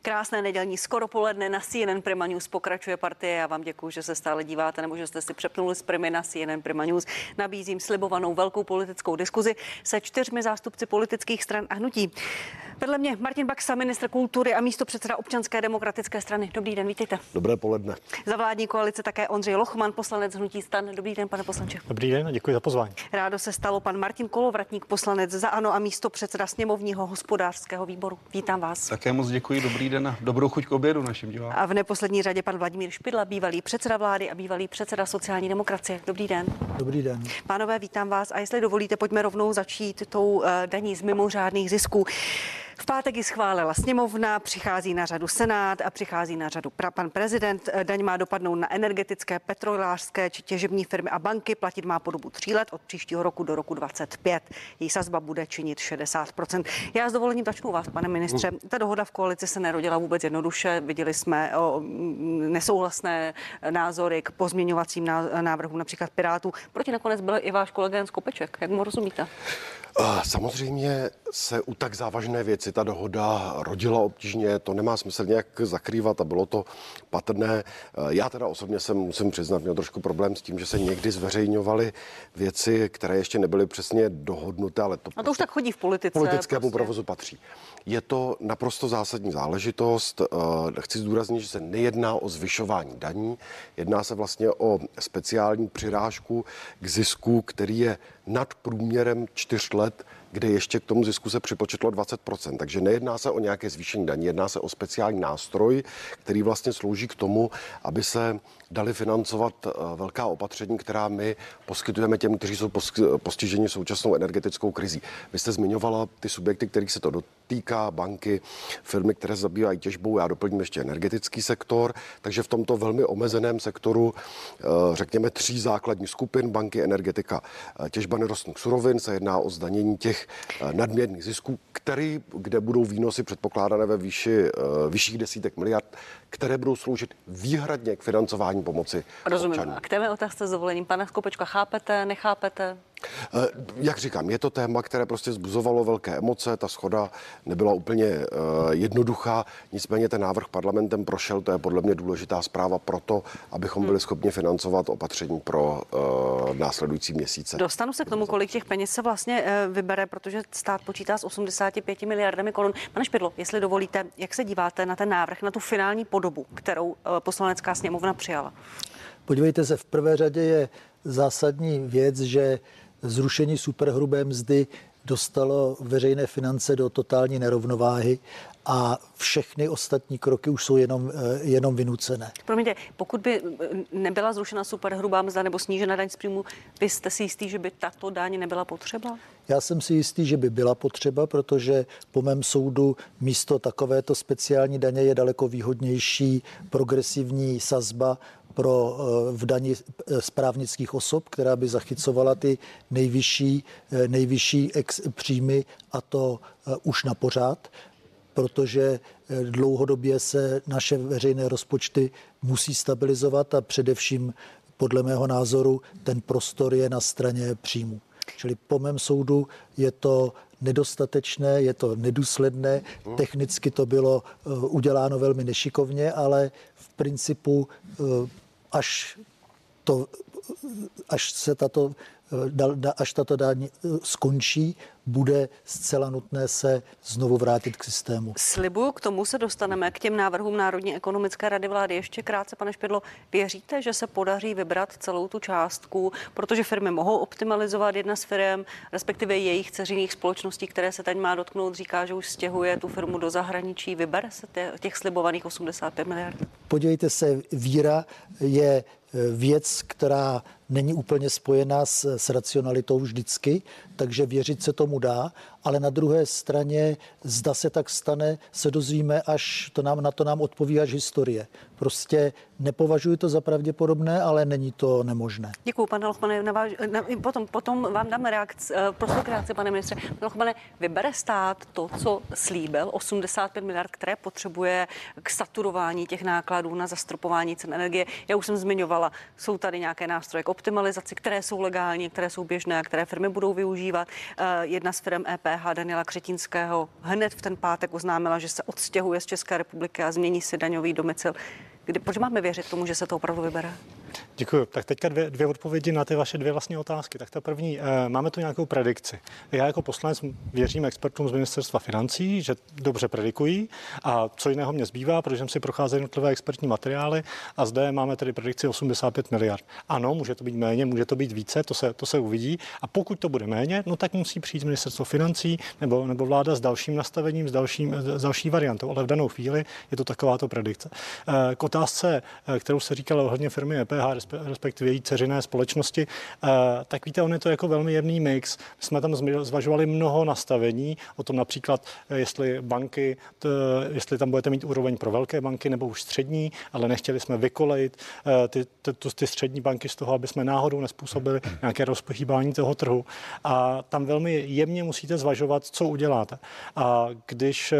Krásné nedělní skoro poledne na CNN Prima News pokračuje partie. Já vám děkuji, že se stále díváte, nebo že jste si přepnuli z Primy na CNN Prima News. Nabízím slibovanou velkou politickou diskuzi se 4 zástupci politických stran a hnutí. Vedle mě Martin Baxa, ministr kultury a místopředseda Občanské demokratické strany. Dobrý den, vítejte. Dobré poledne. Za vládní koalice také Ondřej Lochman, poslanec hnutí STAN. Dobrý den, pane poslanče. Dobrý den a děkuji za pozvání. Rádo se stalo pan Martin Kolovratník, poslanec za ANO a místopředseda sněmovního hospodářského výboru. Vítám vás. Také moc děkuji, dobrý den a dobrou chuť k obědu našim divákům. A v neposlední řadě pan Vladimír Špidla, bývalý předseda vlády a bývalý předseda sociální demokracie. Dobrý den. Dobrý den. Pánové, vítám vás a jestli dovolíte, pojďme rovnou začít tou daní z mimořádných zisků. V pátek ji schválila sněmovna, přichází na řadu Senát a přichází na řadu pan prezident. Daň má dopadnout na energetické, petrolejářské či těžební firmy a banky. Platit má po dobu 3 let od příštího roku do roku 2025. Její sazba bude činit 60%. Já s dovolením začnu u vás, pane ministře. Ta dohoda v koalici se nerodila vůbec jednoduše. Viděli jsme nesouhlasné názory k pozměňovacím návrhům například Pirátů. Proti nakonec byl i váš kolega Jan Skopeček. Jak mu rozumíte? Samozřejmě se u tak závažné věci ta dohoda rodila obtížně, to nemá smysl nějak zakrývat a bylo to patrné. Já teda osobně musím přiznat, měl trošku problém s tím, že se někdy zveřejňovaly věci, které ještě nebyly přesně dohodnuté, ale a to už tak chodí v politice. Politickému provozu patří. Je to naprosto zásadní záležitost. Chci zdůraznit, že se nejedná o zvyšování daní, jedná se vlastně o speciální přirážku k zisku, který je nad průměrem 4 let, kde ještě k tomu zisku se připočetlo 20%. Takže nejedná se o nějaké zvýšení daní, jedná se o speciální nástroj, který vlastně slouží k tomu, aby se dali financovat velká opatření, která my poskytujeme těm, kteří jsou postiženi současnou energetickou krizí. Vy jste zmiňovala ty subjekty, kterých se to dotýká, banky, firmy, které se zabývají těžbou, já doplním ještě energetický sektor, takže v tomto velmi omezeném sektoru, řekněme 3 základních skupin, banky, energetika, těžba nerostných surovin, se jedná o zdanění těch nadměrných zisků, kde budou výnosy předpokládané ve výši vyšších desítek miliard, které budou sloužit výhradně k financování pomoci Rozumím. občanům. A k té mé otázce s dovolením, pane Skopečka, chápete, nechápete? Jak říkám, je to téma, které prostě vzbuzovalo velké emoce, ta shoda nebyla úplně jednoduchá, nicméně ten návrh parlamentem prošel, to je podle mě důležitá zpráva pro to, abychom byli schopni financovat opatření pro následující měsíce. Dostanu se k tomu, kolik těch peněz se vlastně vybere, protože stát počítá s 85 miliardami korun. Pane Špidlo, jestli dovolíte, jak se díváte na ten návrh, na tu finální podobu, kterou Poslanecká sněmovna přijala? Podívejte se, v prvé řadě je zásadní věc, že zrušení superhrubé mzdy dostalo veřejné finance do totální nerovnováhy a všechny ostatní kroky už jsou jenom vynucené. Promiňte, pokud by nebyla zrušena superhrubá mzda nebo snížena daň z příjmu, vy jste si jistý, že by tato daň nebyla potřeba? Já jsem si jistý, že by byla potřeba, protože po mém soudu místo takovéto speciální daně je daleko výhodnější progresivní sazba v dani z právnických osob, která by zachycovala ty nejvyšší příjmy, a to už na pořád, protože dlouhodobě se naše veřejné rozpočty musí stabilizovat a především podle mého názoru ten prostor je na straně příjmů. Čili po mém soudu je to nedostatečné, je to nedůsledné, technicky to bylo uděláno velmi nešikovně, ale v principu až tato daň skončí, bude zcela nutné se znovu vrátit k systému. Slibuju, k tomu se dostaneme, k těm návrhům Národní ekonomické rady vlády. Ještě krátce, pane Špidlo, věříte, že se podaří vybrat celou tu částku, protože firmy mohou optimalizovat, jedna z firm, respektive jejich dceřiných společností, které se teď má dotknout, říká, že už stěhuje tu firmu do zahraničí, vybere se těch slibovaných 85 miliard? Podívejte se, víra je věc, která není úplně spojená s racionalitou vždycky, takže věřit se tomu dá, ale na druhé straně, zda se tak stane, se dozvíme, až na to nám odpoví až historie. Prostě nepovažuji to za pravděpodobné, ale není to nemožné. Děkuju, pane Lochmane. Potom vám dáme prostor k reakci, pane ministře. Pane Lochmane, vybere stát to, co slíbil, 85 miliard, které potřebuje k saturování těch nákladů na zastropování cen energie. Já už jsem zmiňovala, jsou tady nějaké nástroje k optimalizaci, které jsou legální, které jsou běžné a které firmy budou využívat. Jedna z firm EPH Daniela Křetínského hned v ten pátek oznámila, že se odstěhuje z České republiky a změní si daňový domicil. Proč máme věřit tomu, že se to opravdu vybere? Děkuji. Tak teďka dvě odpovědi na ty vaše dvě vlastně otázky. Tak ta první, máme tu nějakou predikci. Já jako poslanec věřím expertům z Ministerstva financí, že dobře predikují a co jiného mě zbývá, protože jsem si procházel jednotlivé expertní materiály a zde máme tedy predikci 85 miliard. Ano, může to být méně, může to být více, to se uvidí a pokud to bude méně, no tak musí přijít Ministerstvo financí nebo vláda s dalším nastavením, s další variantou, ale v danou chvíli je to takováto predikce. K otázce, kterou se říkala ohledně firmy EPH, respektive její dceřiné společnosti, tak víte, on je to jako velmi jemný mix. My jsme tam zvažovali mnoho nastavení, o tom například, jestli banky, jestli tam budete mít úroveň pro velké banky nebo už střední, ale nechtěli jsme vykolejit ty střední banky z toho, aby jsme náhodou nespůsobili nějaké rozpohýbání toho trhu. A tam velmi jemně musíte zvažovat, co uděláte. A když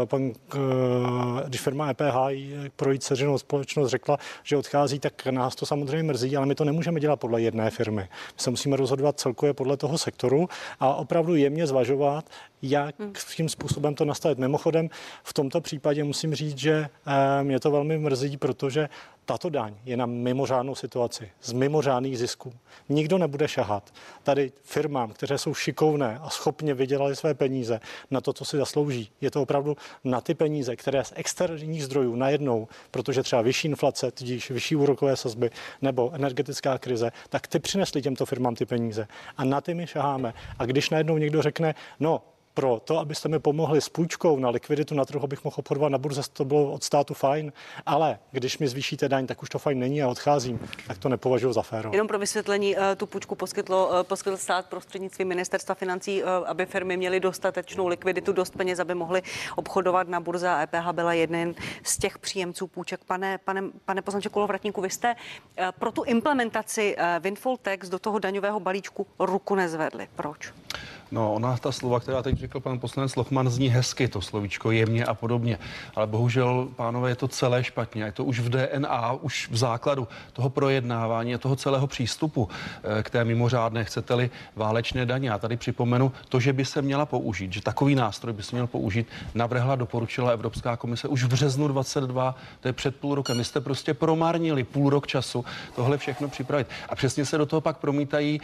firma EPH pro její dceřinou společnost řekla, že odchází, tak nás to samozřejmě mrzí, ale my to nemůžeme dělat podle jedné firmy. My se musíme rozhodovat celkově podle toho sektoru a opravdu jemně zvažovat, jakým způsobem to nastavit. Mimochodem, v tomto případě musím říct, že mě to velmi mrzí, protože tato daň je na mimořádnou situaci, z mimořádných zisků. Nikdo nebude šahat tady firmám, které jsou šikovné a schopně vydělali své peníze na to, co si zaslouží. Je to opravdu na ty peníze, které z externích zdrojů najednou, protože třeba vyšší inflace, tudíž vyšší úrokové sazby nebo energetická krize, tak ty přinesly těmto firmám ty peníze. A na ty my šaháme. A když najednou někdo řekne, no, pro to, abyste mi pomohli s půjčkou na likviditu na trhu, abych mohl obchodovat na burze, to bylo od státu fajn, ale když mi zvýšíte daň, tak už to fajn není a odcházím, tak to nepovažuji za féro. Jenom pro vysvětlení, tu půjčku poskytl stát prostřednictvím Ministerstva financí, aby firmy měly dostatečnou likviditu, dost peněz, aby mohly obchodovat na burze a EPH byla jeden z těch příjemců půjček. Pane poslanče Kolovratníku, vy jste pro tu implementaci windfall tax do toho daňového balíčku ruku nezvedli. Proč? No, ona, ta slova, která teď řekl pan poslanec Lochman, zní hezky, to slovíčko jemně a podobně. Ale bohužel, pánové, je to celé špatně. Je to už v DNA, už v základu toho projednávání a toho celého přístupu k té mimořádné, chcete-li, válečné daně. Já tady připomenu to, že by se měla použít, že takový nástroj by se měl použít, navrhla, doporučila Evropská komise už v březnu 22, to je před půl rokem. Vy jste prostě promarnili půl rok času tohle všechno připravit. A přesně se do toho pak promítají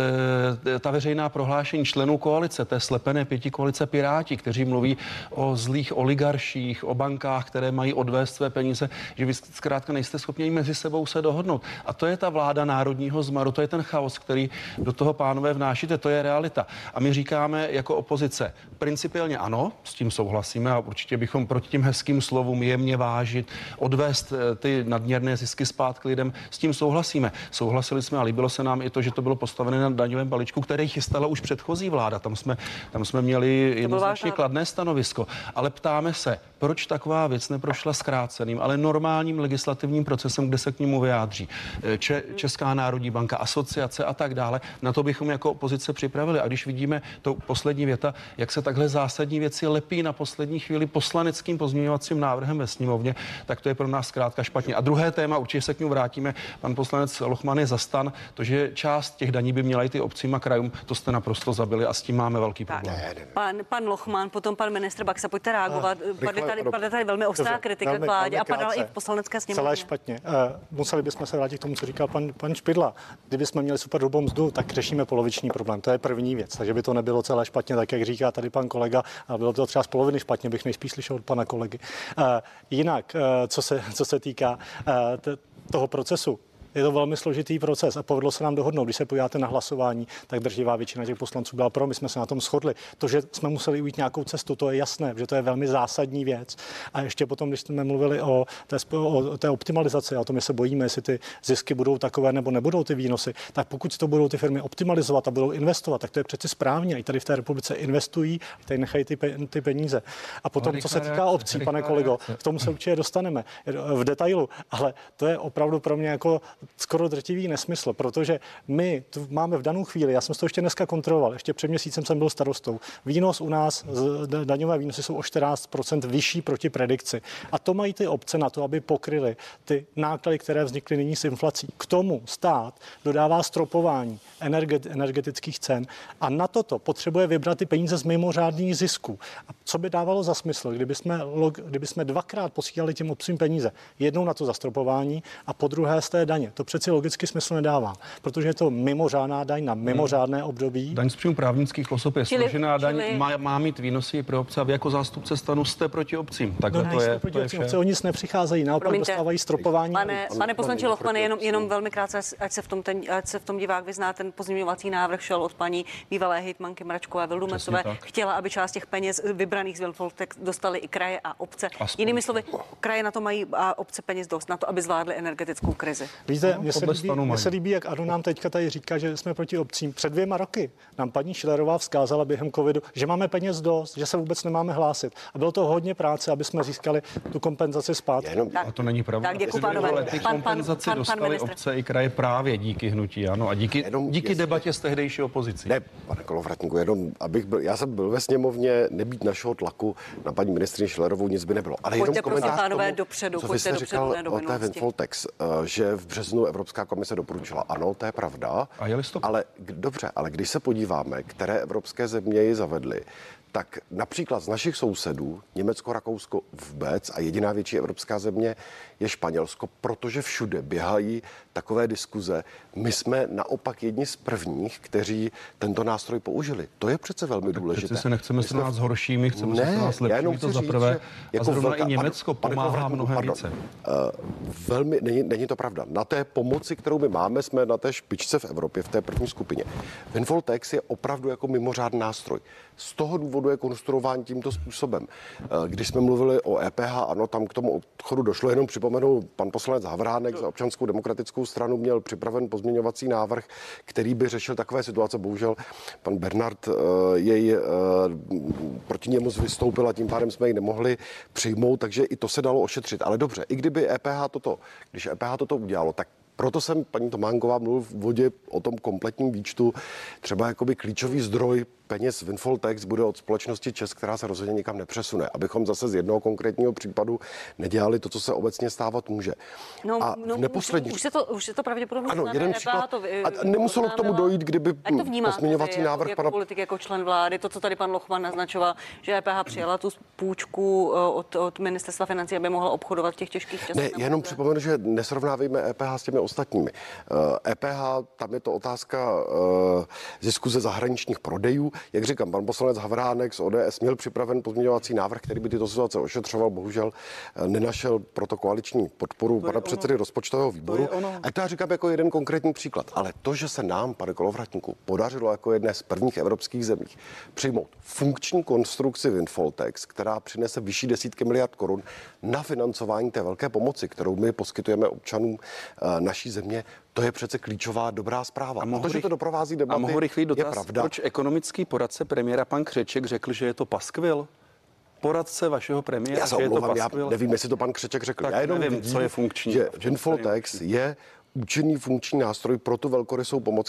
ta veřejná prohlášení členů koalice, té slepené pětikoalice Piráti, kteří mluví o zlých oligarších, o bankách, které mají odvést své peníze, že vy zkrátka nejste schopni mezi sebou se dohodnout. A to je ta vláda národního zmaru, to je ten chaos, který do toho, pánové, vnášíte, to je realita. A my říkáme jako opozice, principiálně ano, s tím souhlasíme a určitě bychom proti těm hezkým slovům jemně vážit, odvést ty nadměrné zisky zpátky lidem, s tím souhlasíme. Souhlasili jsme a líbilo se nám i to, že to bylo postavené na daňovém balíčku, který chystala už předchozí vláda. Tam jsme měli jednoznačně kladné stanovisko. Ale ptáme se, proč taková věc neprošla zkráceným, ale normálním legislativním procesem, kde se k němu vyjádří Česká národní banka, asociace a tak dále. Na to bychom jako opozice připravili. A když vidíme to poslední věta, jak se takhle zásadní věci lepí na poslední chvíli poslaneckým pozměňovacím návrhem ve sněmovně, tak to je pro nás zkrátka špatně. A druhé téma, určitě se k němu vrátíme. Pan poslanec Lochman je zastan, to, že část těch daní by měla jít i obcím a krajům, to jste naprosto zabili a s tím máme velký problém. Pan Lochman, potom pan ministr Baxa, pojďte reagovat. Padne tady velmi ostrá kritika k vládě a padala i v poslanecké sněmovně. Celé špatně. Museli bychom se vrátit k tomu, co říkal pan Špidla. Kdybychom měli superhrubou mzdu, tak řešíme poloviční problém. To je první věc. Takže by to nebylo celé špatně, tak jak říká tady pan kolega, a bylo to třeba z poloviny špatně, bych nejspíš slyšel od pana kolegy. Jinak, co se týká toho procesu, je to velmi složitý proces a povedlo se nám dohodnout. Když se podíváte na hlasování, tak drtivá většina těch poslanců byla pro, my jsme se na tom shodli. To, že jsme museli ujít nějakou cestu, to je jasné, že to je velmi zásadní věc. A ještě potom, když jsme mluvili o té optimalizaci, a o tom, že se bojíme, jestli ty zisky budou takové nebo nebudou ty výnosy, tak pokud to budou ty firmy optimalizovat a budou investovat, tak to je přeci správně. I tady v té republice investují, tady nechají ty peníze. A potom, co se týká obcí, pane kolego, k tomu se určitě dostaneme v detailu, ale to je opravdu pro mě jako skoro drtivý nesmysl, protože my tu máme v danou chvíli, já jsem to ještě dneska kontroloval, ještě před měsícem jsem byl starostou, výnos u nás, daňové výnosy jsou o 14% vyšší proti predikci. A to mají ty obce na to, aby pokryly ty náklady, které vznikly nyní s inflací. K tomu stát dodává stropování energetických cen a na toto potřebuje vybrat ty peníze z mimořádných zisků. A co by dávalo za smysl, kdyby jsme dvakrát posílali těm obcím peníze, jednou na to zastropování a po druhé z té daně. To přeci logicky smysl nedává, protože je to mimořádná daň na mimořádné období. Daň z příjmu právnických osob je složená daň, má mít výnosy i pro obce a vy jako zástupce STANu jste proti obcím. Takhle to je. Obce o nic nepřicházejí, naopak dostávají stropování. Pane poslanče Lochmane, jenom velmi krátce, ať se v tom divák vyzná, ten pozměňovací návrh šel od paní bývalé hejtmanky Mračkové Vildumetzové. Chtěla, aby část těch peněz vybraných z Windfall-Tax dostali i kraje a obce. Jinými slovy, kraje na to mají a obce peněz dost na to, aby zvládly energetickou krizi. Víte, mně se líbí, jak Ado nám teďka tady říká, že jsme proti obcím. Před 2 roky nám paní Schillerová vzkázala během covidu, že máme peněz dost, že se vůbec nemáme hlásit. A bylo to hodně práce, aby jsme získali tu kompenzaci zpátky. A to není pravda. Tak děkuji, pánové. Kompenzaci dostali obce i kraje právě díky hnutí ANO a díky debatě s tehdejší opozicí. Ne, pane Kolovratníku, jenom já jsem byl ve sněmovně, nebýt našeho tlaku na paní ministryni Schillerovou, nic by nebylo. Ale pojďte, jenom komentář pánové, dopředu, co vy jste říkal o té Windfall-Tax, že v březnu Evropská komise doporučila. Ano, to je pravda. A je listopad. Ale dobře, ale když se podíváme, které evropské země ji zavedly, tak například z našich sousedů, Německo, Rakousko vůbec a jediná větší evropská země je Španělsko, protože všude běhají takové diskuze. My jsme naopak jedni z prvních, kteří tento nástroj použili. To je přece velmi důležité. Přece se nechceme srovnat s horšími, chceme se srovnat s lepšími, to za prvé. Jako a zrovna i Německo pomáhá mnohem více. Není to pravda. Na té pomoci, kterou my máme, jsme na té špičce v Evropě, v té první skupině. Windfall-Tax je opravdu jako mimořádný nástroj. Z toho důvodu je konstruován tímto způsobem. Když jsme mluvili o EPH, ano, tam k tomu odchodu došlo, jenom připomenu, pan poslanec Havránek za Občanskou demokratickou stranu měl připraven pozměňovací návrh, který by řešil takové situace. Bohužel pan Bernard proti němu vystoupil a tím pádem jsme ji nemohli přijmout, takže i to se dalo ošetřit. Ale dobře, i když EPH toto udělalo, tak proto jsem, paní Tománková, mluvil v vodě o tom kompletním výčtu. Třeba jakoby klíčový zdroj peněz Windfall-Tax bude od společnosti ČEZ, která se rozhodně nikam nepřesune. Abychom zase z jednoho konkrétního případu nedělali to, co se obecně stávat může. Už se to pravděpodobně ano, jeden příklad. A nemuselo k tomu dojít, kdyby pozměňovací návrh pana politik jako člen vlády, to, co tady pan Lochman naznačoval, že EPH přijala tu půjčku od ministerstva financí, aby mohla obchodovat v těch těžkých časech. Ne, jenom připomenu, že nesrovnávejme EPH s těmi ostatními. EPH, tam je to otázka zisku ze zahraničních prodejů. Jak říkám, pan poslanec Havránek z ODS měl připraven pozměňovací návrh, který by tyto situace ošetřoval, bohužel nenašel proto koaliční podporu pana předsedy rozpočtového výboru. A to já říkám jako jeden konkrétní příklad. Ale to, že se nám, pane Kolovratníku, podařilo jako jedné z prvních evropských zemí přijmout funkční konstrukci Windfall-Tax, která přinese vyšší desítky miliard korun na financování té velké pomoci, kterou my poskytujeme občanům naší země, to je přece klíčová dobrá zpráva. A to, že to doprovází debaty, a mohu rychlý dotaz, je pravda. Proč ekonomický poradce premiéra pan Křeček řekl, že je to paskvil? Poradce vašeho premiéra, že je to paskvil? Já nevím, jestli to pan Křeček řekl. Tak já jenom nevím, vidím, co je funkční. že Windfall-Tax je účinný funkční nástroj pro tu velkorysou pomoc,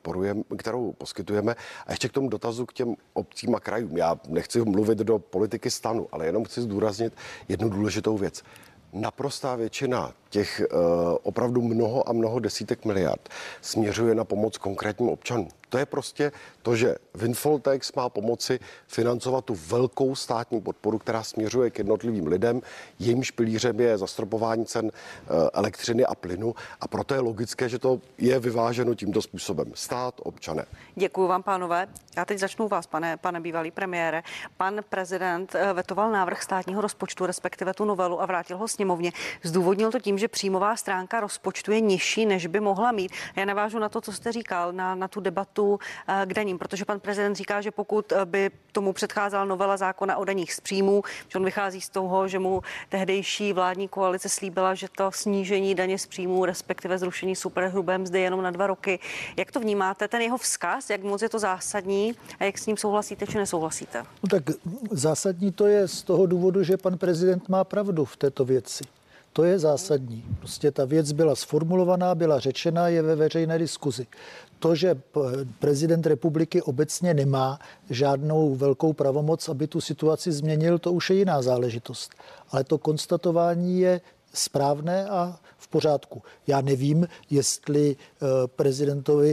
kterou poskytujeme. A ještě k tomu dotazu k těm obcím a krajům. Já nechci mluvit do politiky STANu, ale jenom chci zdůraznit jednu důležitou věc. Naprostá většina těch opravdu mnoho desítek miliard směřuje na pomoc konkrétním občanům. To je prostě to, že Windfall-Tax má pomoci financovat tu velkou státní podporu, která směřuje k jednotlivým lidem. Jejímž pilířem je zastropování cen elektřiny a plynu a proto je logické, že to je vyváženo tímto způsobem. Stát, občané. Děkuji vám, pánové. Já teď začnu vás, pane bývalý premiére. Pan prezident vetoval návrh státního rozpočtu, respektive tu novelu, a vrátil ho sněmovně. Zdůvodnil to tím, že příjmová stránka rozpočtu je nižší, než by mohla mít. Já navážu na to, co jste říkal, na tu debatu k daním, protože pan prezident říká, že pokud by tomu předcházela novela zákona o daních z příjmů, že on vychází z toho, že mu tehdejší vládní koalice slíbila, že to snížení daně z příjmů, respektive zrušení superhrubé mzdy jenom na 2 roky. Jak to vnímáte, ten jeho vzkaz, jak moc je to zásadní a jak s ním souhlasíte či nesouhlasíte? No tak zásadní to je z toho důvodu, že pan prezident má pravdu v této věci. To je zásadní. Prostě ta věc byla sformulovaná, byla řečena, je ve veřejné diskuzi. To, že prezident republiky obecně nemá žádnou velkou pravomoc, aby tu situaci změnil, to už je jiná záležitost. Ale to konstatování je správné a v pořádku. Já nevím, jestli prezidentovi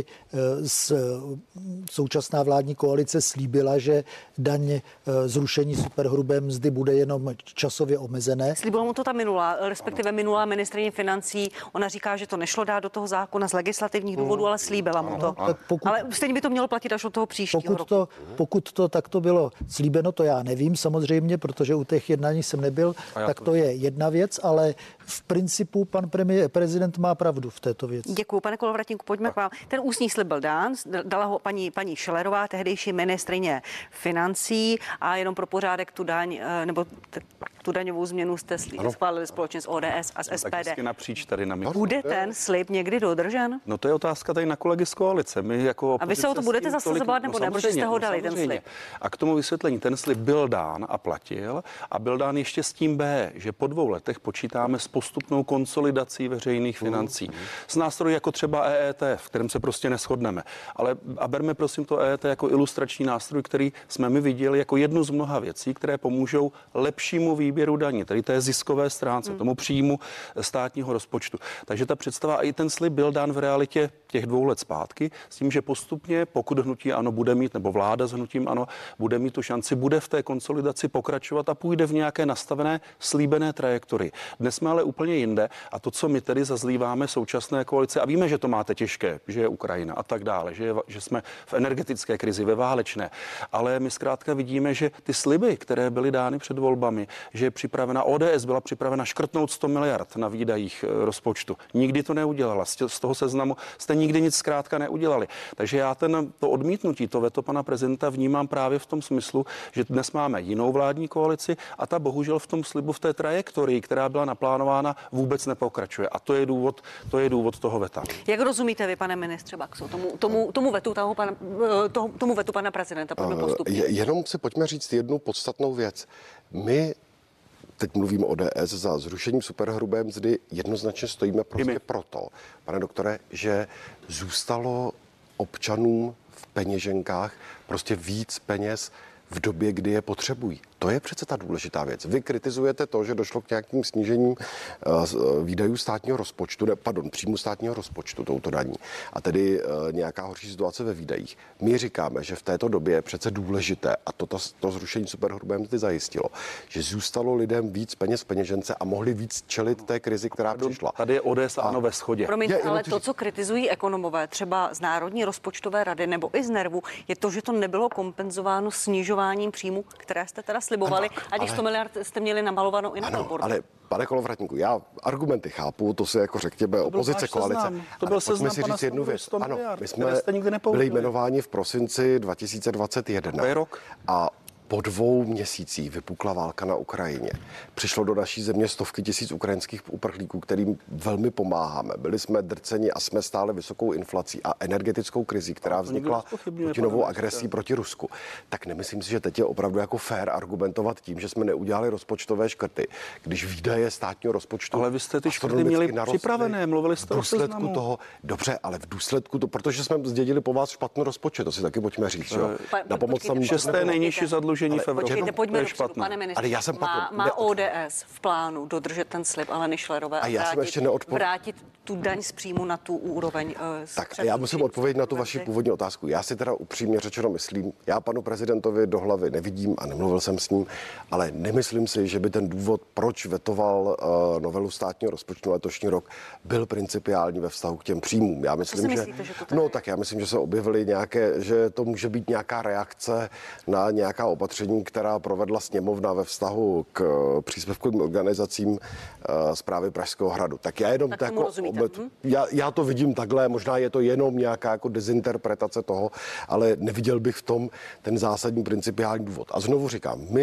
současná vládní koalice slíbila, že daň zrušení superhrubé mzdy bude jenom časově omezené. Slíbila mu to ta minulá ministryně financí. Ona říká, že to nešlo dát do toho zákona z legislativních důvodů, ale slíbila mu to. Ale stejně by to mělo platit až od toho příštího roku. Pokud to takto bylo slíbeno, to já nevím samozřejmě, protože u těch jednání jsem nebyl, tak to je jedna věc, ale v principu pan prezident má pravdu v této věci. Děkuji, pane Kolovratníku, pojďme k vám. Ten ústní slib byl dán, dala ho paní Schillerová, tehdejší ministryně financí, a jenom pro pořádek tu daň, nebo tu daňovou změnu jste schválili společně s ODS a s SPD. Napříč tady na Bude ten slib někdy dodržen? No to je otázka tady na kolegy z koalice. My jako a vy se o to budete zasazovat, nebo ne, protože jste ho dali, ten slib? A k tomu vysvětlení, ten slib byl dán a platil a byl dán ještě s tím B, že po 2 letech počítáme s postupnou konsolidací veřejných financí. S nástroji jako třeba EET, v kterém se prostě neshodneme. Ale a berme prosím to EET jako ilustrační nástroj, který jsme my viděli jako jednu z mnoha věcí, které pomůžou lepšímu výběru daní, tedy té ziskové stránce, tomu příjmu státního rozpočtu. Takže ta představa a i ten slib byl dán v realitě těch 2 let zpátky, s tím, že postupně, pokud hnutí ANO bude mít, nebo vláda s hnutím ANO bude mít tu šanci, bude v té konsolidaci pokračovat a půjde v nějaké nastavené slíbené trajektorii. Dnes jsme ale úplně jinde a to, co my tedy zazlíváme současné koalice, a víme, že to máte těžké, že je Ukrajina a tak dále, že jsme v energetické krizi, ve válečné, ale my zkrátka vidíme, že ty sliby, které byly dány před volbami, že je připravena ODS, byla připravena škrtnout 100 miliard na výdajích rozpočtu. Nikdy to neudělala. Z toho seznamu jste nikdy nic zkrátka neudělali. Takže já to odmítnutí, to veto pana prezidenta vnímám právě v tom smyslu, že dnes máme jinou vládní koalici a ta bohužel v tom slibu, v té trajektorii, která byla naplánována, vůbec nepokračuje. A to je důvod toho veta. Jak rozumíte vy, pane ministře Baxo, tomu vetu pana prezidenta? Pojďme postupně. Jenom si pojďme říct jednu podstatnou věc. My teď mluvím o ODS za zrušením superhrubé mzdy, jednoznačně stojíme prostě proto, pane doktore, že zůstalo občanům v peněženkách prostě víc peněz v době, kdy je potřebují. To je přece ta důležitá věc. Vy kritizujete to, že došlo k nějakým snížením výdajů státního rozpočtu, příjmu státního rozpočtu touto daní a tedy nějaká horší situace ve výdajích. My říkáme, že v této době je přece důležité a to zrušení superhrubé mzdy zajistilo, že zůstalo lidem víc peněz v peněžence a mohli víc čelit té krizi, která přišla. Tady je ODS a ANO ve shodě. Promiňte, ale to, co kritizují ekonomové, třeba z Národní rozpočtové rady nebo i z NERVu, je to, že to nebylo kompenzováno snižováním příjmu, které jste teda slibovali, a těch 100 miliard jste měli namalovanou i na billboardu. Ale pane Kolovratníku, já argumenty chápu, to si jako řekněme opozice, koalice. To byl seznam si říct jednu věc. Ano, my jsme byli jmenováni v prosinci 2021. A po 2 měsících vypukla válka na Ukrajině. Přišlo do naší země stovky tisíc ukrajinských uprchlíků, kterým velmi pomáháme. Byli jsme drceni a jsme stále vysokou inflací a energetickou krizí, která vznikla Putinovou agresí proti Rusku. Tak nemyslím si, že teď je opravdu jako fér argumentovat tím, že jsme neudělali rozpočtové škrty, když výdaje státního rozpočtu. Ale vy jste ty škrty měli připravené, mluvili jste o důsledku toho. Dobře, ale v důsledku to, protože jsme zdědili po vás špatný rozpočet, to si taky pojďme říct, jo. Na pomoc tam 6. nejnižší zadlužení v Evropě. Pojďme dopředu, pane ministře. Má ODS v plánu dodržet ten slib Aleny Schillerové a vrátit tu daň z příjmu na tu úroveň. Tak já musím odpovědět na tu vaši původní otázku. Já si teda upřímně řečeno myslím, já panu prezidentovi do hlavy nevidím a nemluvil jsem s ním, ale nemyslím si, že by ten důvod, proč vetoval novelu státního rozpočtu letošní rok, byl principiální ve vztahu k těm příjmům. Já myslím, já myslím, že se objevily že to může být nějaká reakce na nějaká opatření, která provedla sněmovna ve vztahu k příspěvkovým organizacím Správy Pražského hradu. Tak já jenom já to vidím takhle, možná je to jenom nějaká jako dezinterpretace toho, ale neviděl bych v tom ten zásadní principiální důvod. A znovu říkám, my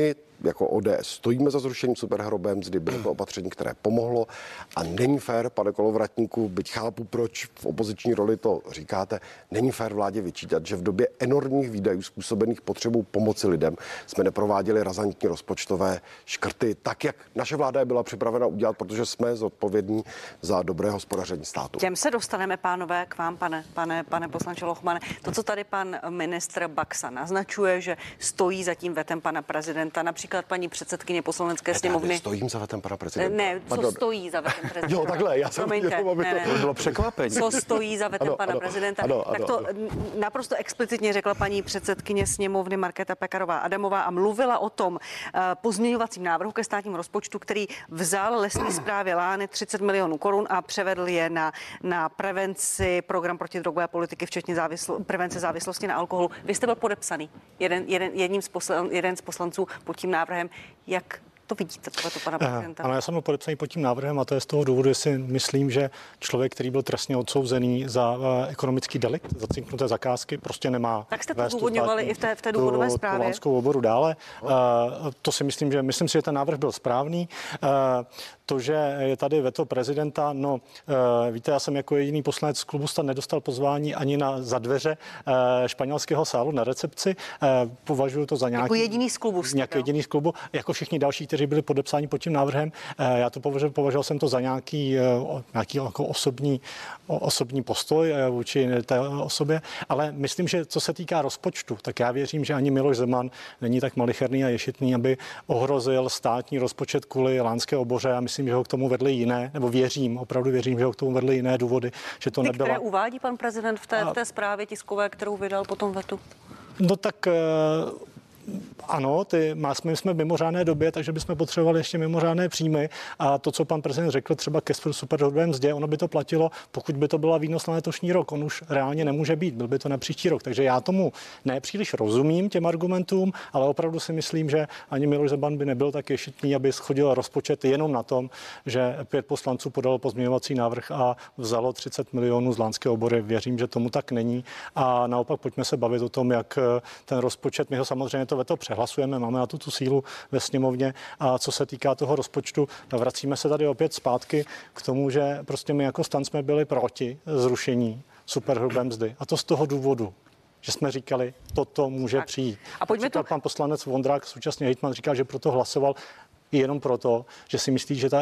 jako ODS stojíme za zrušením superhrubé mzdy, bylo to opatření, které pomohlo a není fér, pane Kolovratníku, byť chápu, proč v opoziční roli to říkáte, není fér vládě vyčítat, že v době enormních výdajů způsobených potřebou pomoci lidem jsme neprováděli razantní rozpočtové škrty, tak jak naše vláda je byla připravena udělat, protože jsme zodpovědní za dobré hospodaření státu. Těm se dostaneme, pánové, k vám, pane poslanče Lochmane. To, co tady pan ministr Baxa naznačuje, že stojí za tím vetem pana prezidenta, například paní předsedkyně poslanecké sněmovny. Stojím za vetem pana prezidenta. Ne, co stojí za vetem prezidenta? Jo, takhle, já jsem To bylo překvapení. Co stojí za vetem pana prezidenta? Tak to naprosto explicitně řekla paní předsedkyně sněmovny Markéta Pekarová Adamová a mluvila o tom pozměňovacím návrhu ke státnímu rozpočtu, který vzal lesní správě Lány 30 milionů korun a převedl je na prevenci, program protidrogové politiky, včetně prevence závislosti na alkoholu. Vy jste byl podepsaný, jeden z poslanců pod tím návrhem. Jak to vidíte, tohleto pana prezidenta? Ano, já jsem byl podepsaný pod tím návrhem a to je z toho důvodu, že si myslím, že člověk, který byl trestně odsouzený za ekonomický delikt, za cinknuté zakázky, prostě nemá. Tak jste to zdůvodňovali i v té důvodové zprávě. Lánskou oboru dále. To si myslím, že ten návrh byl správný. To, že je tady veto prezidenta, víte, já jsem jako jediný poslanec z klubu STAN nedostal pozvání ani za dveře španělského sálu na recepci. Považuji to za nějaký... Jako jediný z klubu. Jediný z klubu, jako všichni další, kteří byli podepsáni pod tím návrhem. Já to považoval jsem to za nějaký jako osobní postoj vůči té osobě, ale myslím, že co se týká rozpočtu, tak já věřím, že ani Miloš Zeman není tak malicherný a ješitný, aby ohrozil státní rozpočet kvůli lánské oboře. A myslím, že ho k tomu vedly jiné, nebo opravdu věřím, že ho k tomu vedly jiné důvody, že to nebyla... Které uvádí pan prezident v té zprávě tiskové, kterou vydal po tom vetu? No tak... Ano, my jsme v mimořádné době, takže bychom potřebovali ještě mimořádné příjmy a to, co pan prezident řekl třeba ke superhrubé mzdě, ono by to platilo, pokud by to byla výnos na letošní rok. On už reálně nemůže být, byl by to na příští rok. Takže já tomu nepříliš rozumím těm argumentům, ale opravdu si myslím, že ani Miloš Zeman by nebyl tak ješitný, aby schodil rozpočet jenom na tom, že 5 poslanců podalo pozměňovací návrh a vzalo 30 milionů z lánské obory. Věřím, že tomu tak není. A naopak pojďme se bavit o tom, jak ten rozpočet, my ho samozřejmě to veto přehlasujeme, máme na to tu sílu ve sněmovně a co se týká toho rozpočtu, vracíme se tady opět zpátky k tomu, že prostě my jako STAN jsme byli proti zrušení superhrubé mzdy a to z toho důvodu, že jsme říkali, toto může přijít. A pojďme to... Pan poslanec Vondrák, současně hejtman, říká, že proto hlasoval jenom proto, že si myslí, že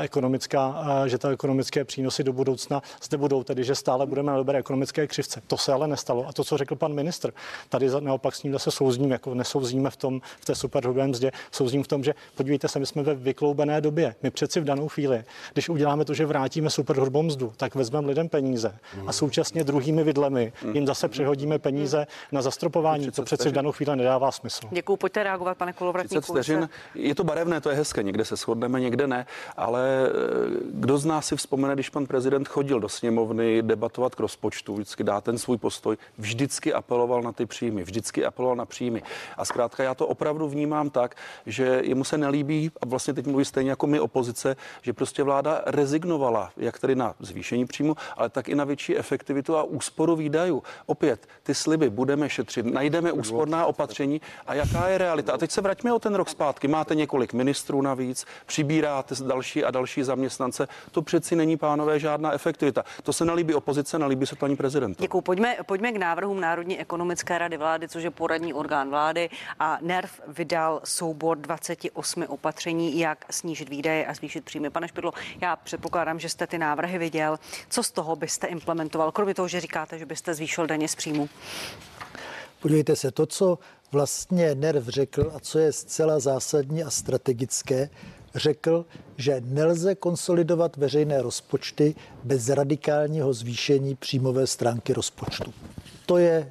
ta ekonomické přínosy do budoucna zde budou, tedy že stále budeme na dobré ekonomické křivce. To se ale nestalo. A to, co řekl pan ministr, tady naopak s ním zase souzním, jako nesouzíme v té superhrubé mzdě, souzním v tom, že podívejte se, my jsme ve vykloubené době. My přeci v danou chvíli, když uděláme to, že vrátíme superhrubou mzdu, tak vezmeme lidem peníze a současně druhými vidlemi jim zase přehodíme peníze na zastropování. To přeci v danou chvíli nedává smysl. Děkuju, pojďte reagovat, pane Kolovratníku. Je to barevné, to je hezké, někde se shodneme, někde ne, ale kdo z nás si vzpomene, když pan prezident chodil do sněmovny debatovat k rozpočtu, vždycky dá ten svůj postoj, vždycky apeloval na ty příjmy, vždycky apeloval na příjmy. A zkrátka já to opravdu vnímám tak, že jemu se nelíbí, a vlastně teď mluví stejně jako my opozice, že prostě vláda rezignovala, jak tedy na zvýšení příjmu, ale tak i na větší efektivitu a úsporu výdajů. Opět ty sliby budeme šetřit, najdeme úsporná opatření a jaká je realita. A teď se vraťme o ten rok zpátky. Máte několik ministrů navíc, přibíráte další a další zaměstnance. To přeci není, pánové, žádná efektivita. To se nelíbí opozice, nelíbí se to ani prezidentu. Děkuji. Pojďme k návrhům Národní ekonomické rady vlády, což je poradní orgán vlády, a NERV vydal soubor 28 opatření, jak snížit výdaje a zvýšit příjmy. Pane Špidlo, já předpokládám, že jste ty návrhy viděl. Co z toho byste implementoval, kromě toho, že říkáte, že byste zvýšil daně z příjmu? Podívejte se, to, co vlastně NERV řekl a co je zcela zásadní a strategické, řekl, že nelze konsolidovat veřejné rozpočty bez radikálního zvýšení příjmové stránky rozpočtu. To je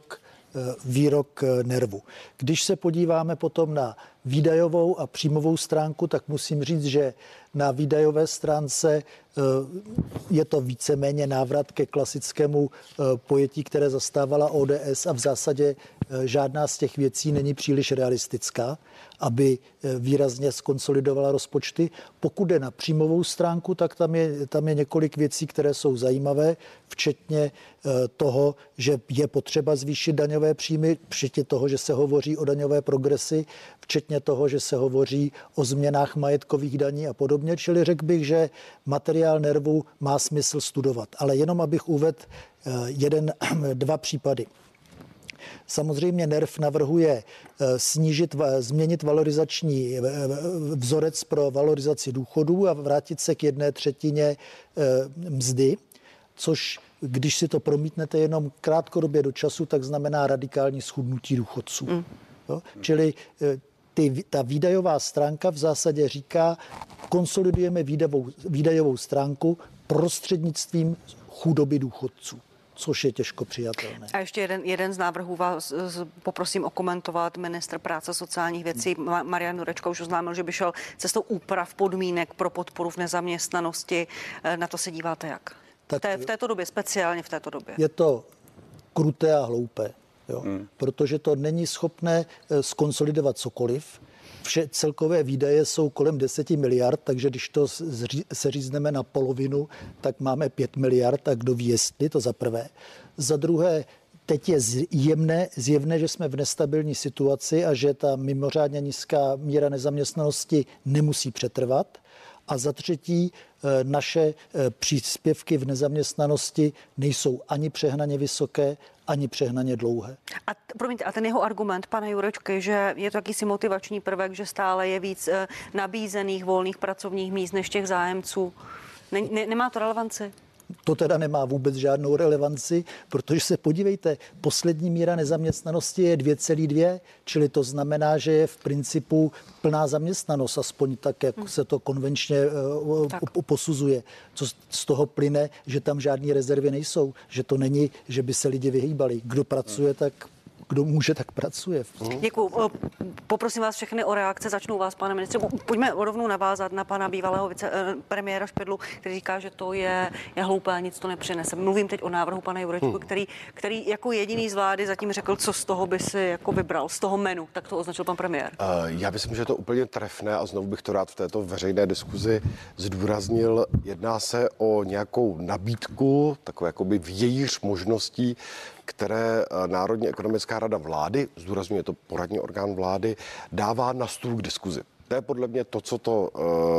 výrok NERVu. Když se podíváme potom na výdajovou a příjmovou stránku, tak musím říct, že na výdajové stránce je to víceméně návrat ke klasickému pojetí, které zastávala ODS a v zásadě žádná z těch věcí není příliš realistická, aby výrazně skonsolidovala rozpočty. Pokud jde na příjmovou stránku, tak tam je několik věcí, které jsou zajímavé, včetně toho, že je potřeba zvýšit daňové příjmy, včetně toho, že se hovoří o daňové progresi, včetně včetně toho, že se hovoří o změnách majetkových daní a podobně. Čili řekl bych, že materiál NERVu má smysl studovat. Ale jenom abych uvedl dva případy. Samozřejmě NERV navrhuje změnit valorizační vzorec pro valorizaci důchodů a vrátit se k 1/3 mzdy, což když si to promítnete jenom krátkodobě do času, tak znamená radikální schudnutí důchodců. Jo? Čili ta výdajová stránka v zásadě říká, konsolidujeme výdajovou stránku prostřednictvím chudoby důchodců, což je těžko přijatelné. A ještě jeden z návrhů vás poprosím okomentovat. Ministr práce a sociálních věcí Marian Jurečka už oznámil, že by šel cestou úprav podmínek pro podporu v nezaměstnanosti. Na to se díváte jak? V této době, speciálně v této době. Je to kruté a hloupé, jo? Protože to není schopné skonsolidovat cokoliv. Celkové výdaje jsou kolem 10 miliard, takže když to seřízneme na polovinu, tak máme 5 miliard a kdo ví jestli, to za prvé. Za druhé, teď je zjevné, že jsme v nestabilní situaci a že ta mimořádně nízká míra nezaměstnanosti nemusí přetrvat. A za třetí, naše příspěvky v nezaměstnanosti nejsou ani přehnaně vysoké, ani přehnaně dlouhé. A ten jeho argument, pane Jurečky, že je to jakýsi motivační prvek, že stále je víc nabízených volných pracovních míst než těch zájemců, nemá to relevanci? To teda nemá vůbec žádnou relevanci, protože se podívejte, poslední míra nezaměstnanosti je 2,2, čili to znamená, že je v principu plná zaměstnanost, aspoň tak, jak se to konvenčně posuzuje. Co z toho plyne, že tam žádné rezervy nejsou, že to není, že by se lidi vyhýbali. Kdo pracuje, tak kdo může, tak pracuje. Děkuju. Poprosím vás všechny o reakce. Začnu vás, pane ministře. Pojďme rovnou navázat na pana bývalého vicepremiéra Špidlu, který říká, že to je hloupé a nic to nepřinese. Mluvím teď o návrhu pana Jurečku, který jako jediný z vlády zatím řekl, co z toho by si jako vybral, z toho menu. Tak to označil pan premiér. Já myslím, že je to úplně trefné a znovu bych to rád v této veřejné diskuzi zdůraznil. Jedná se o nějakou nabídku, takové jakoby vějíř možností, které Národní ekonomická rada vlády, zdůrazňuje to poradní orgán vlády, dává na stůl k diskuzi. To je podle mě to, co to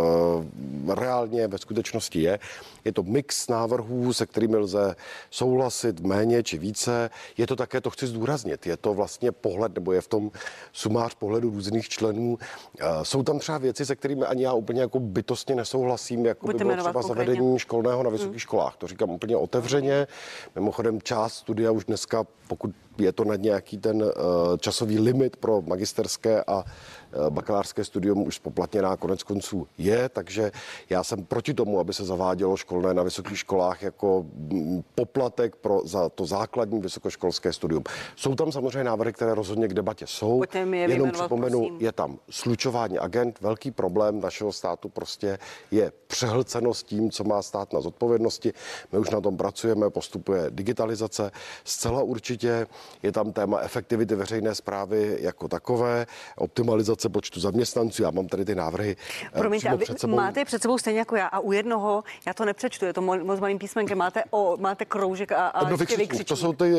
reálně ve skutečnosti je. Je to mix návrhů, se kterými lze souhlasit méně či více. Je to také, to chci zdůraznit, je to vlastně pohled, nebo je v tom sumář pohledu různých členů. Jsou tam třeba věci, se kterými ani já úplně jako bytostně nesouhlasím, jako by bylo třeba zavedení školného na vysokých školách. To říkám úplně otevřeně. Mimochodem část studia už dneska, pokud je to nad nějaký ten časový limit pro magisterské a bakalářské studium už spoplatněná konec konců je, takže já jsem proti tomu, aby se zavádělo školné na vysokých školách jako poplatek za to základní vysokoškolské studium. Jsou tam samozřejmě návrhy, které rozhodně k debatě jsou. Jenom připomenu, je tam slučování agent. Velký problém našeho státu prostě je přehlcenost tím, co má stát na zodpovědnosti. My už na tom pracujeme, postupuje digitalizace. Zcela určitě je tam téma efektivity veřejné správy jako takové, optimalizace počtu zaměstnanců. Já mám tady ty návrhy. Promiňte, máte před sebou stejně jako já a u jednoho, já to nepřečtu, je to moc malým písmenkem, máte kroužek a vykřičník.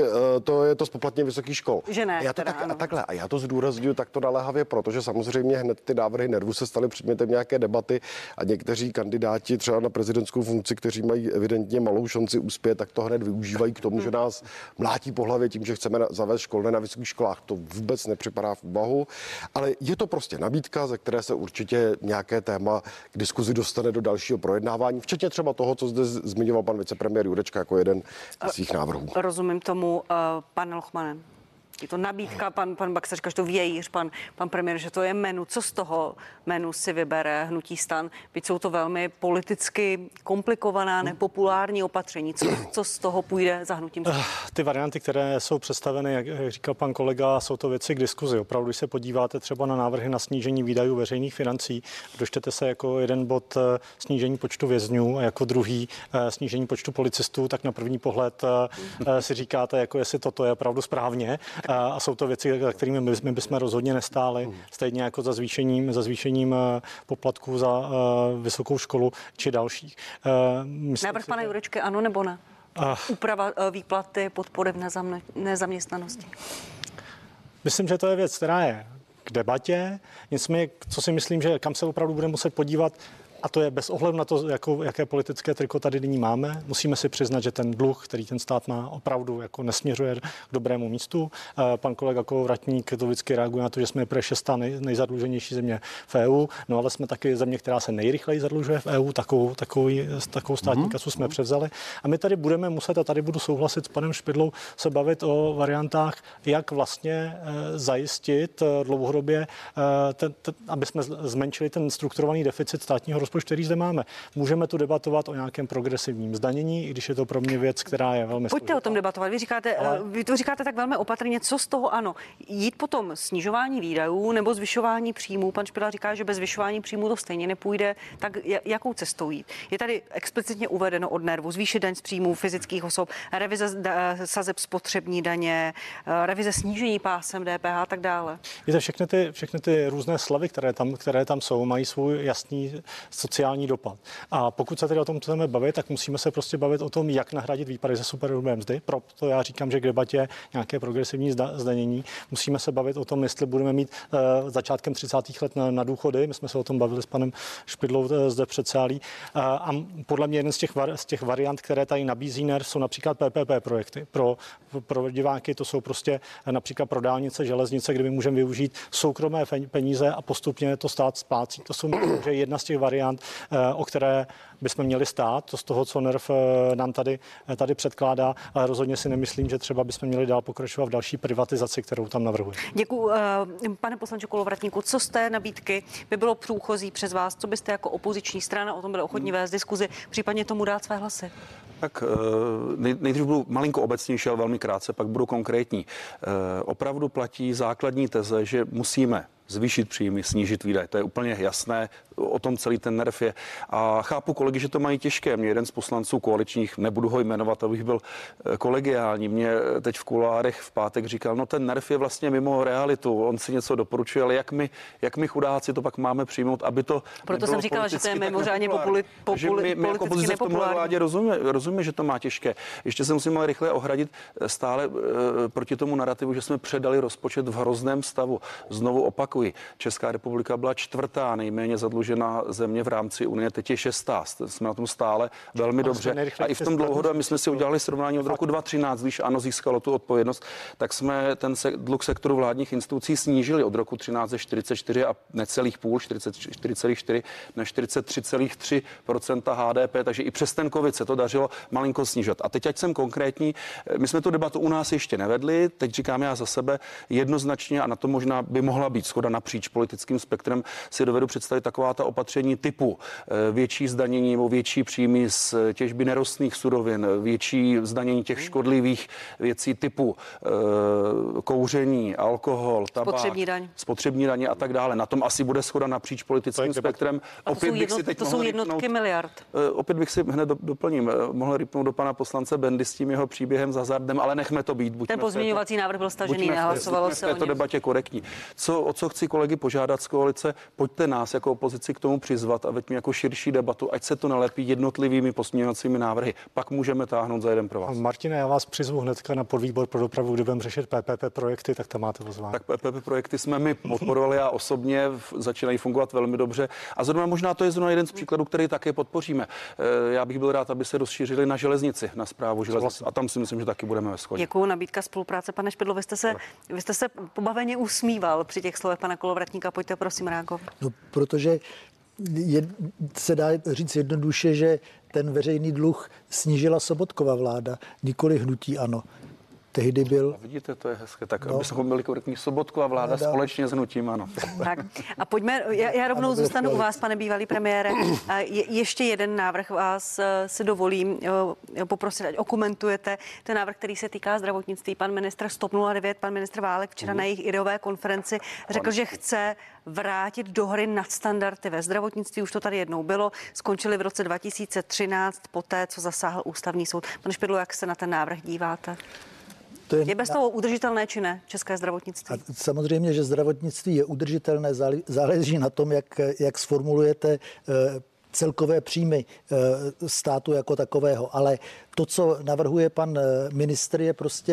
To je to spoplatnění vysokých škol. Že ne, a já to zdůrazňuji takto naléhavě, protože samozřejmě hned ty návrhy NERVu se staly předmětem nějaké debaty a někteří kandidáti třeba na prezidentskou funkci, kteří mají evidentně malou šanci uspět, tak to hned využívají k tomu, že nás mlátí po hlavě tím, že chceme zavést školné na vysokých školách. To vůbec nepřipadá v úvahu, ale je to prostě nabídka, ze které se určitě nějaké téma k diskuzi dostane do dalšího projednávání, včetně třeba toho, co zde zmiňoval pan vicepremiér Jurečka jako jeden z svých návrhů. Rozumím tomu, pane Lochmane. Je to nabídka, pan Baxa říká, že to vějíř, pan premiér, že to je menu. Co z toho menu si vybere hnutí STAN? Byť jsou to velmi politicky komplikovaná, nepopulární opatření. Co z toho půjde za hnutím STAN? Ty varianty, které jsou představeny, jak říkal pan kolega, jsou to věci k diskuzi. Opravdu, když se podíváte třeba na návrhy na snížení výdajů veřejných financí, dočtete se jako jeden bod snížení počtu vězňů a jako druhý snížení počtu policistů, tak na první pohled si říkáte, jako jestli toto je opravdu správně. A jsou to věci, za kterými my bychom rozhodně nestáli, stejně jako za zvýšením poplatků za vysokou školu či dalších. Návrh pana Jurečky ano nebo ne? Úprava výplaty podpory v nezaměstnanosti. Myslím, že to je věc, která je k debatě. Nicméně, co si myslím, že kam se opravdu budeme muset podívat, a to je bez ohledu na to, jaké politické triko tady nyní máme. Musíme si přiznat, že ten dluh, který ten stát má, opravdu jako nesměřuje k dobrému místu. Pan kolega Kolovratník to vždycky reaguje na to, že jsme pro 6. nejzadluženější země v EU, no ale jsme taky země, která se nejrychleji zadlužuje v EU, takovou státní kasu jsme převzali. A my tady budeme muset, a tady budu souhlasit s panem Špidlou, se bavit o variantách, jak vlastně zajistit dlouhodobě, aby jsme zmenšili ten strukturovaný deficit státního rozpočtu, který zde máme. Můžeme tu debatovat o nějakém progresivním zdanění, i když je to pro mě věc, která je velmi Pojďte o tom debatovat. Vy to říkáte tak velmi opatrně. Co z toho ano? Jít potom snižování výdajů nebo zvyšování příjmů? Pan Špidla říká, že bez zvyšování příjmů to stejně nepůjde. Tak jakou cestou jít? Je tady explicitně uvedeno od nervu zvýšit daň z příjmů fyzických osob, revize sazeb spotřební daně, revize snížení pásem DPH a tak dále. Víte, všechny ty různé slevy, které tam jsou, mají svůj jasný sociální dopad. A pokud se tedy o tom chceme bavit, tak musíme se prostě bavit o tom, jak nahradit výpadek ze superhrubé mzdy. Proto já říkám, že k debatě nějaké progresivní zdanění. Musíme se bavit o tom, jestli budeme mít začátkem 30. let na důchody. My jsme se o tom bavili s panem Špidlou zde v předsálí. A podle mě jeden z těch variant, které tady nabízí NER, jsou například PPP projekty. Pro diváky to jsou prostě například pro dálnice, železnice, kde my můžeme využít soukromé peníze a postupně to stát splácí. To jsou že jedna z těch variant, o které bychom měli stát, to z toho, co NERV nám tady předkládá, ale rozhodně si nemyslím, že třeba bychom měli dál pokračovat v další privatizaci, kterou tam navrhuje. Děkuji. Pane poslanče Kolovratníku, co z té nabídky by bylo průchozí přes vás? Co byste jako opoziční strana o tom byli ochotní vést diskuzi, případně tomu dát své hlasy? Tak nejdřív budu malinko obecnější, ale velmi krátce, pak budu konkrétní. Opravdu platí základní teze, že musíme zvýšit příjmy, snížit výdaje. To je úplně jasné, o tom celý ten NERV je. A chápu kolegy, že to mají těžké. Mě jeden z poslanců koaličních, nebudu ho jmenovat, abych byl kolegiální, mě teď v kuloárech v pátek říkal, no ten NERV je vlastně mimo realitu, on si něco doporučuje, ale jak my chudáci to pak máme přijmout, aby to proto jsem říkala, že to je mimořádně my jako opozice v tomhle vládě rozumíme, že to má těžké. Ještě se musím ale rychle ohradit stále proti tomu narrativu, že jsme předali rozpočet v hrozném stavu. Znovu opakuju, Česká republika byla 4. nejméně zadlužená země v rámci Unie, teď je 6. Jsme na tom stále velmi dobře. A i v tom dlouhodobě, my jsme si udělali srovnání od roku 2013, když ANO získalo tu odpovědnost, tak jsme ten dluh sektoru vládních institucí snížili od roku 13 ze 44 a necelých půl, 44,4 na 43,3% HDP, takže i přes ten covid se to dařilo malinko snížit. A teď, ať jsem konkrétní, my jsme tu debatu u nás ještě nevedli, teď říkám já za sebe jednoznačně, a na to možná by mohla být shoda napříč politickým spektrem, si dovedu představit taková ta opatření typu větší zdanění nebo větší příjmy z těžby nerostných surovin, větší zdanění těch škodlivých věcí typu kouření, alkohol, tabák, spotřební daně a tak dále. Na tom asi bude shoda napříč politickým spektrem. To jsou jednotky miliard. Opět bych si hned doplním, mohl rýpnout do pana poslance Bendy s tím jeho příběhem s hazardem, ale nechme to být. Ten pozměňovací návrh byl stažený, nehlasovalo se o něm. V této debatě korektní. O co chci kolegy požádat z koalice, pojďte nás jako opozici k tomu přizvat a veďme jako širší debatu, ať se to nalepí jednotlivými pozměňovacími návrhy. Pak můžeme táhnout za jeden pro vás. Martine, já vás přizvu hnedka na podvýbor pro dopravu, kde budeme řešit PPP projekty, tak tam máte pozvání. Tak PPP projekty jsme my podporovali a osobně začínají fungovat velmi dobře. A zrovna možná to je zrovna jeden z příkladů, který také podpoříme. Já bych byl rád, aby se rozšířili na železnici, na správu železnic. A tam si myslím, že taky budeme ve shodě. Děkuji, nabídka spolupráce. Pane Špidlo, vy jste se pobaveně usmíval při těch slovech pana Kolovratníka. Pojďte prosím reagovat. No, protože se dá říct jednoduše, že ten veřejný dluh snížila Sobotkova vláda, nikoli hnutí ANO. Tehdy byl... A vidíte, to je hezké. Tak, abychom byli korektní, Sobotkova vláda společně s hnutím ANO. Tak a pojďme, já rovnou zůstanu u vás, pane bývalý premiére. Ještě jeden návrh vás si dovolím poprosit, ať okomentujete ten návrh, který se týká zdravotnictví. Pan ministr Stop 09, pan ministr Válek včera na jejich ideové konferenci řekl, že chce vrátit do hry nadstandardy ve zdravotnictví. Už to tady jednou bylo. Skončili v roce 2013 poté, co zasáhl ústavní soud. Pane Špidlo, jak se na ten návrh díváte? Je bez toho udržitelné či ne české zdravotnictví? A samozřejmě, že zdravotnictví je udržitelné, záleží na tom, jak sformulujete celkové příjmy státu jako takového. Ale to, co navrhuje pan ministr, je prostě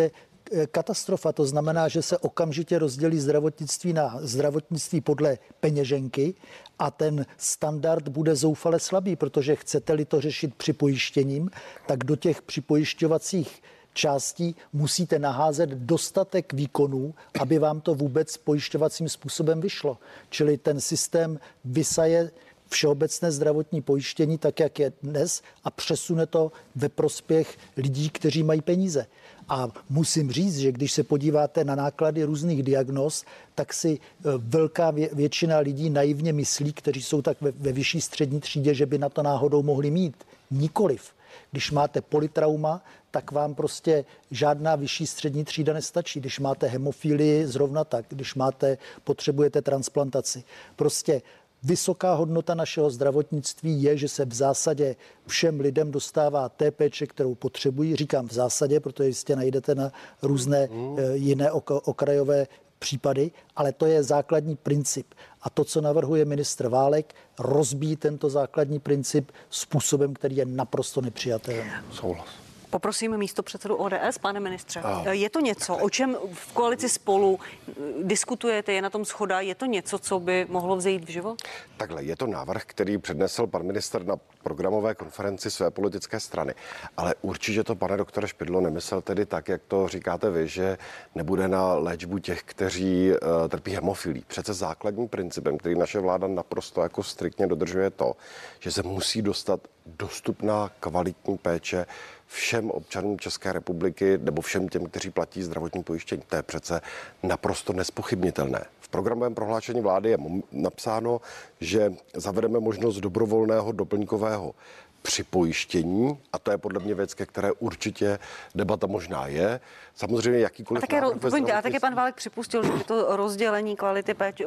katastrofa. To znamená, že se okamžitě rozdělí zdravotnictví na zdravotnictví podle peněženky a ten standard bude zoufale slabý, protože chcete-li to řešit připojištěním, tak do těch připojišťovacích částí musíte naházet dostatek výkonů, aby vám to vůbec pojišťovacím způsobem vyšlo. Čili ten systém vysaje všeobecné zdravotní pojištění tak, jak je dnes a přesune to ve prospěch lidí, kteří mají peníze. A musím říct, že když se podíváte na náklady různých diagnóz, tak si velká většina lidí naivně myslí, kteří jsou tak ve vyšší střední třídě, že by na to náhodou mohli mít. Nikoliv. Když máte polytrauma, tak vám prostě žádná vyšší střední třída nestačí. Když máte hemofílii, zrovna tak. Když potřebujete transplantaci. Prostě vysoká hodnota našeho zdravotnictví je, že se v zásadě všem lidem dostává té péče, kterou potřebují. Říkám v zásadě, protože jistě najdete na různé jiné okrajové případy, ale to je základní princip. A to, co navrhuje ministr Válek, rozbíjí tento základní princip způsobem, který je naprosto nepřijatelný. Souhlas. Poprosím místopředsedu ODS, pane ministře. Je to něco, o čem v koalici Spolu diskutujete, je na tom shoda, je to něco, co by mohlo vzejít v život? Takhle, je to návrh, který přednesl pan ministr na programové konferenci své politické strany. Ale určitě to, pane doktore Špidlo, nemyslel tedy tak, jak to říkáte vy, že nebude na léčbu těch, kteří trpí hemofilí. Přece základním principem, který naše vláda naprosto jako striktně dodržuje, to, že se musí dostat dostupná kvalitní péče všem občanům České republiky nebo všem těm, kteří platí zdravotní pojištění. To je přece naprosto nezpochybnitelné. V programovém prohlášení vlády je napsáno, že zavedeme možnost dobrovolného doplňkového připojištění a to je podle mě věc, ke které určitě debata možná je. Samozřejmě jakýkoliv a také pan Válek připustil, že by to rozdělení kvality péče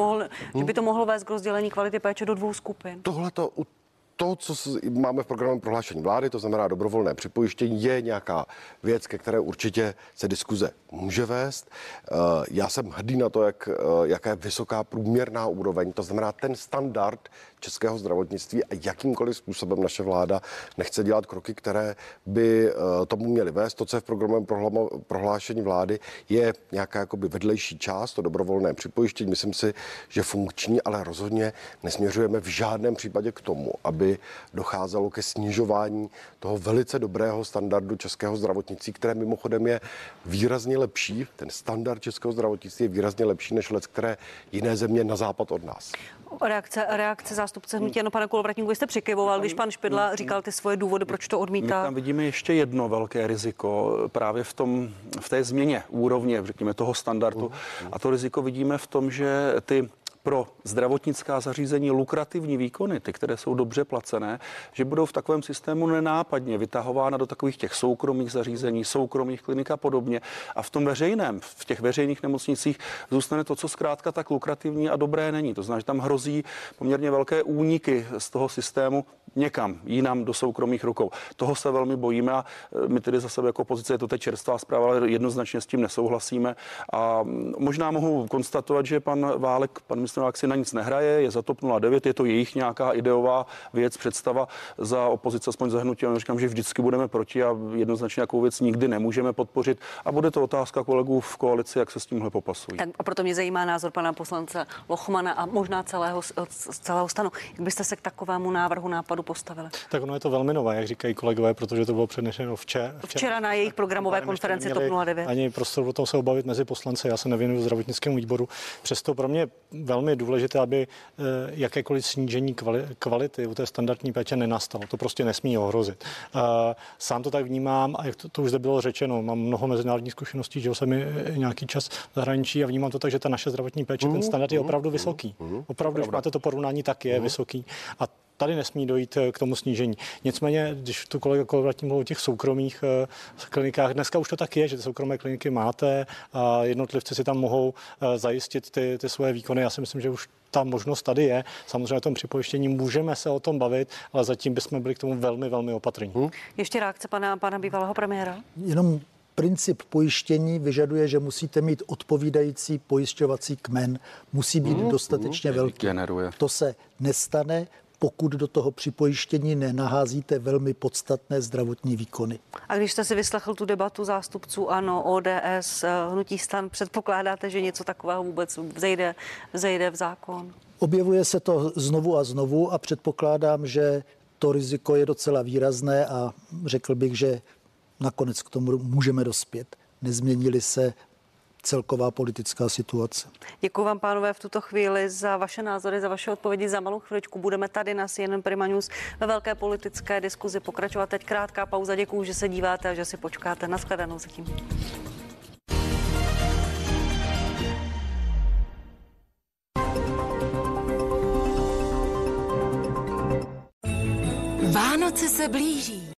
že by to mohlo vést k rozdělení kvality péče do 2 skupin. To, co máme v programovém prohlášení vlády, to znamená dobrovolné připojištění, je nějaká věc, ke které určitě se diskuze může vést. Já jsem hrdý na to, jaká je vysoká průměrná úroveň, to znamená ten standard českého zdravotnictví a jakýmkoliv způsobem naše vláda nechce dělat kroky, které by tomu měly vést. To, co je v programovém prohlášení vlády, je nějaká jakoby vedlejší část, to dobrovolné připojištění. Myslím si, že funkční, ale rozhodně nesměřujeme v žádném případě k tomu, aby docházelo ke snižování toho velice dobrého standardu českého zdravotnictví, které mimochodem je výrazně lepší. Ten standard českého zdravotnictví je výrazně lepší než které jiné země na západ od nás. Reakce zástupce hnutí ANO, pane Kolovratníku, vy jste přikyvoval, když pan Špidla říkal ty svoje důvody, proč to odmítá. My tam vidíme ještě jedno velké riziko právě v té změně úrovně, řekněme, toho standardu. A to riziko vidíme v tom, že ty pro zdravotnická zařízení lukrativní výkony, ty, které jsou dobře placené, že budou v takovém systému nenápadně vytahována do takových těch soukromých zařízení, soukromých klinik a podobně. A v tom veřejném, v těch veřejných nemocnicích zůstane to, co zkrátka tak lukrativní a dobré není. To znamená, že tam hrozí poměrně velké úniky z toho systému někam jinam do soukromých rukou. Toho se velmi bojíme a my tedy za sebe jako opozice, je to teď čerstvá zpráva, ale jednoznačně s tím nesouhlasíme. A možná mohu konstatovat, že pan Válek, pan ministr Válek si na nic nehraje, je za TOP 09, je to jejich nějaká ideová věc, představa. Za opozice, aspoň za hnutí, já říkám, že vždycky budeme proti a jednoznačně nějakou věc nikdy nemůžeme podpořit. A bude to otázka kolegů v koalici, jak se s tímhle popasují. A proto mě zajímá názor pana poslance Lochmana a možná celého stanu. Jak byste se k takovému nápadu postavili? Tak ono je to velmi nové, jak říkají kolegové, protože to bylo předneseno včera na jejich programové konferenci TOP 09. Ani prostor o tom se obavit mezi poslanci, já se nevěnuju zdravotnickému výboru. Přesto pro mě velmi důležité, aby jakékoliv snížení kvality u té standardní péče nenastalo. To prostě nesmí ohrozit. Sám to tak vnímám a jak to už zde bylo řečeno, mám mnoho mezinárodních zkušeností, že jsem nějaký čas v zahraničí a vnímám to tak, že ta naše zdravotní péče, ten standard je opravdu vysoký. Opravdu, když máte to porovnání, tak je vysoký. A tady nesmí dojít k tomu snížení. Nicméně, když tu kolega Kolovratník mluví o těch soukromých klinikách, dneska už to tak je, že ty soukromé kliniky máte a jednotlivci si tam mohou zajistit ty svoje výkony. Já si myslím, že už ta možnost tady je. Samozřejmě o tom připojištění můžeme se o tom bavit, ale zatím bychom byli k tomu velmi, velmi opatrní. Ještě reakce pana bývalého premiéra? Jenom princip pojištění vyžaduje, že musíte mít odpovídající pojišťovací kmen, musí být dostatečně velký. To se nestane, pokud do toho připojištění nenaházíte velmi podstatné zdravotní výkony. A když jste si vyslechl tu debatu zástupců ANO, ODS, hnutí STAN, předpokládáte, že něco takového vůbec vzejde v zákon? Objevuje se to znovu a znovu a předpokládám, že to riziko je docela výrazné a řekl bych, že nakonec k tomu můžeme dospět. Nezměnili se celková politická situace. Děkuji vám, pánové, v tuto chvíli za vaše názory, za vaše odpovědi. Za malou chviličku budeme tady na CNN Prima News ve velké politické diskuzi pokračovat. Teď krátká pauza. Děkuji, že se díváte a že si počkáte. Nashledanou zatím. Vánoce se blíží.